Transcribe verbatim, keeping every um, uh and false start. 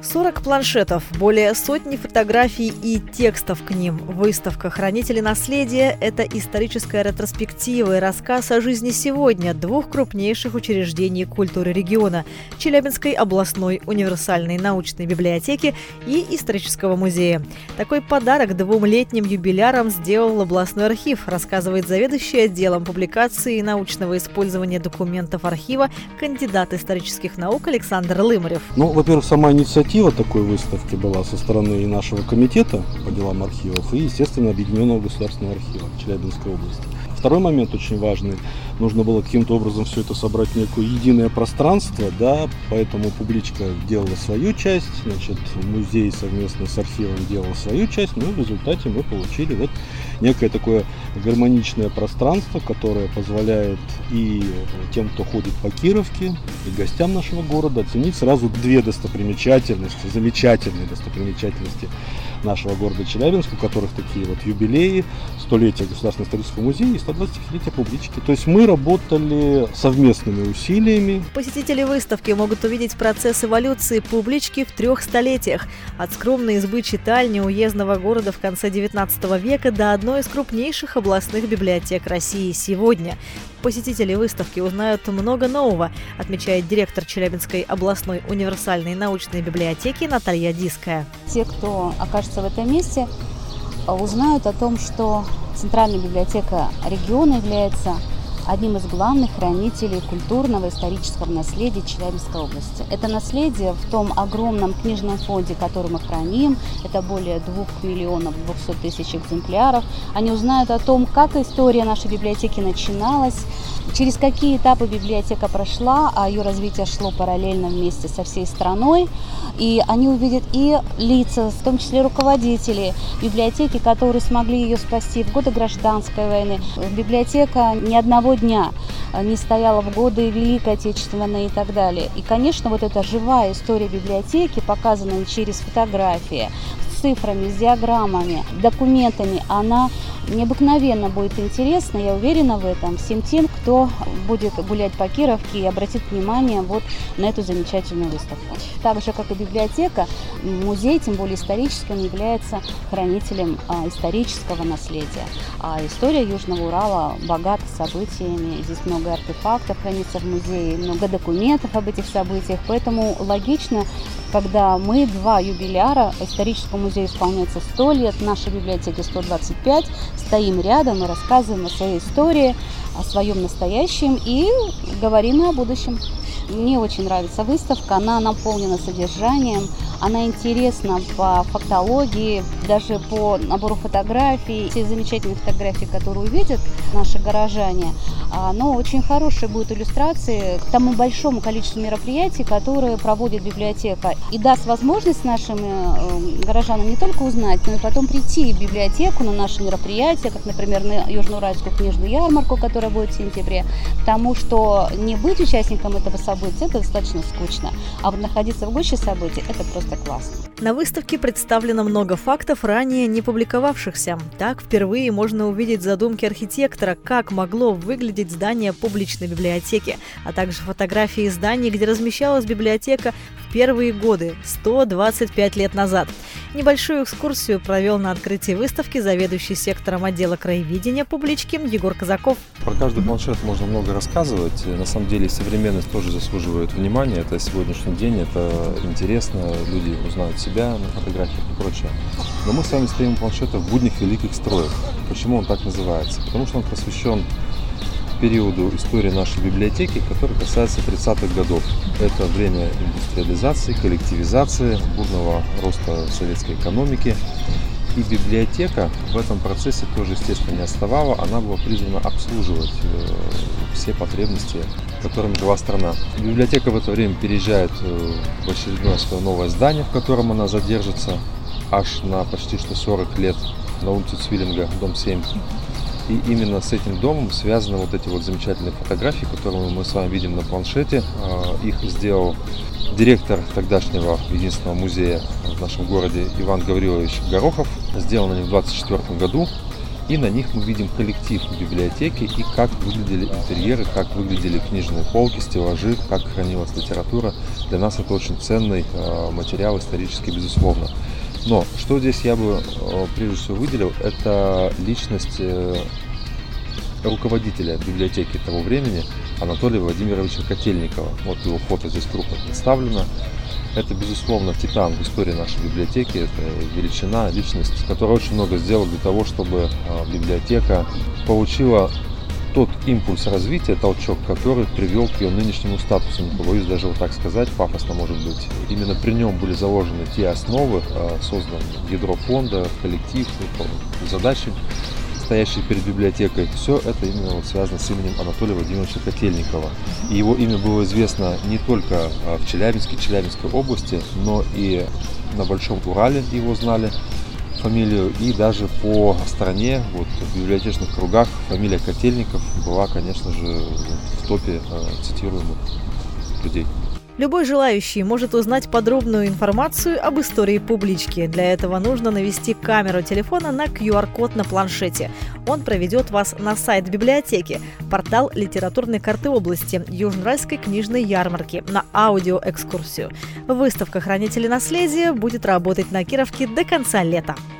сорок планшетов, более сотни фотографий и текстов к ним. Выставка «Хранители наследия» – это историческая ретроспектива и рассказ о жизни сегодня двух крупнейших учреждений культуры региона – Челябинской областной универсальной научной библиотеки и исторического музея. Такой подарок двум летним юбилярам сделал областной архив, рассказывает заведующий отделом публикации и научного использования документов архива, кандидат исторических наук Александр Лымарев. Ну, во-первых, сама инициатива такой выставки была со стороны и нашего комитета по делам архивов, и, естественно, Объединенного государственного архива Челябинской области. Второй момент очень важный. Нужно было каким-то образом все это собрать в некое единое пространство, да, поэтому публичка делала свою часть, значит, музей совместно с архивом делал свою часть, но в результате мы получили вот некое такое гармоничное пространство, которое позволяет и тем, кто ходит по Кировке, и гостям нашего города оценить сразу две достопримечательности, замечательные достопримечательности нашего города Челябинска, у которых такие вот юбилеи, столетие Государственного исторического музея и сто двадцатилетие публички. То есть мы работали совместными усилиями. Посетители выставки могут увидеть процесс эволюции публички в трех столетиях. От скромной избы читальни уездного города в конце девятнадцатого века до одной из крупнейших областных библиотек России сегодня. Посетители выставки узнают много нового, отмечает директор Челябинской областной универсальной научной библиотеки Наталья Диская. Те, кто окажется в этом месте, узнают о том, что Центральная библиотека региона является одним из главных хранителей культурного и исторического наследия Челябинской области. Это наследие в том огромном книжном фонде, который мы храним, это более двух миллионов двухсот тысяч экземпляров. Они узнают о том, как история нашей библиотеки начиналась, через какие этапы библиотека прошла, а ее развитие шло параллельно вместе со всей страной. И они увидят и лица, в том числе руководители библиотеки, которые смогли ее спасти в годы гражданской войны. Библиотека ни одного дня не стояла в годы Великой Отечественной и так далее. И, конечно, вот эта живая история библиотеки, показанная через фотографии, с цифрами, с диаграммами, документами, она необыкновенно будет интересна, я уверена в этом, всем тем, кто будет гулять по Кировке и обратит внимание вот на эту замечательную выставку. Так же, как и библиотека, музей, тем более исторический, он является хранителем а, исторического наследия. А история Южного Урала богата событиями, здесь много артефактов хранится в музее, много документов об этих событиях, поэтому логично, когда мы, два юбиляра, историческому музею исполняется сто лет, нашей библиотеке сто двадцать пять, стоим рядом и рассказываем о своей истории, о своем настоящем и говорим и о будущем. Мне очень нравится выставка, она наполнена содержанием, она интересна по фактологии, даже по набору фотографий. Все замечательные фотографии, которые увидят наши горожане, но очень хорошие будут иллюстрации к тому большому количеству мероприятий, которые проводит библиотека. И даст возможность нашим горожанам не только узнать, но и потом прийти в библиотеку на наши мероприятия, как, например, на Южноуральскую книжную ярмарку, которая будет в сентябре, потому что не быть участником этого события – это достаточно скучно, а вот находиться в гуще событий – это просто классно. На выставке представлено много фактов, ранее не публиковавшихся. Так, впервые можно увидеть задумки архитектора, как могло выглядеть здание публичной библиотеки, а также фотографии зданий, где размещалась библиотека в первые годы, сто двадцать пять лет назад. Небольшую экскурсию провел на открытии выставки заведующий сектором отдела краеведения публички Егор Казаков. Про каждый планшет можно много рассказывать. На самом деле современность тоже заслуживает внимания. Это сегодняшний день, это интересно, люди узнают себя на фотографиях и прочее. Но мы с вами стоим у планшета в буднях великих строев. Почему он так называется? Потому что он посвящен периоду истории нашей библиотеки, который касается тридцатых годов. Это время индустриализации, коллективизации, бурного роста советской экономики. И библиотека в этом процессе тоже, естественно, не отставала. Она была призвана обслуживать э, все потребности, которыми жила страна. Библиотека в это время переезжает э, в очередное свое новое здание, в котором она задержится аж на почти что сорок лет, на улице Цвиллинга, дом семь. И именно с этим домом связаны вот эти вот замечательные фотографии, которые мы с вами видим на планшете. Их сделал директор тогдашнего единственного музея в нашем городе Иван Гаврилович Горохов. Сделано они в двадцать четвёртом году. И на них мы видим коллектив библиотеки и как выглядели интерьеры, как выглядели книжные полки, стеллажи, как хранилась литература. Для нас это очень ценный материал, исторический, безусловно. Но что здесь я бы прежде всего выделил, это личность руководителя библиотеки того времени Анатолия Владимировича Котельникова. Вот его фото здесь крупно представлено. Это, безусловно, титан в истории нашей библиотеки. Это величина, личность, которая очень много сделала для того, чтобы библиотека получила тот импульс развития, толчок, который привел к ее нынешнему статусу. Не побоюсь даже вот так сказать, пафосно может быть. Именно при нем были заложены те основы, созданы ядро фонда, коллектив, задачи, стоящие перед библиотекой. Все это именно вот связано с именем Анатолия Владимировича Котельникова. И его имя было известно не только в Челябинске, Челябинской области, но и на Большом Урале его знали фамилию, и даже по стране, вот в библиотечных кругах фамилия Котельников была, конечно же, в топе цитируемых людей. Любой желающий может узнать подробную информацию об истории публички. Для этого нужно навести камеру телефона на ку ар код на планшете. Он проведет вас на сайт библиотеки, портал литературной карты области, Южноуральской книжной ярмарки, на аудиоэкскурсию. Выставка «Хранители наследия» будет работать на Кировке до конца лета.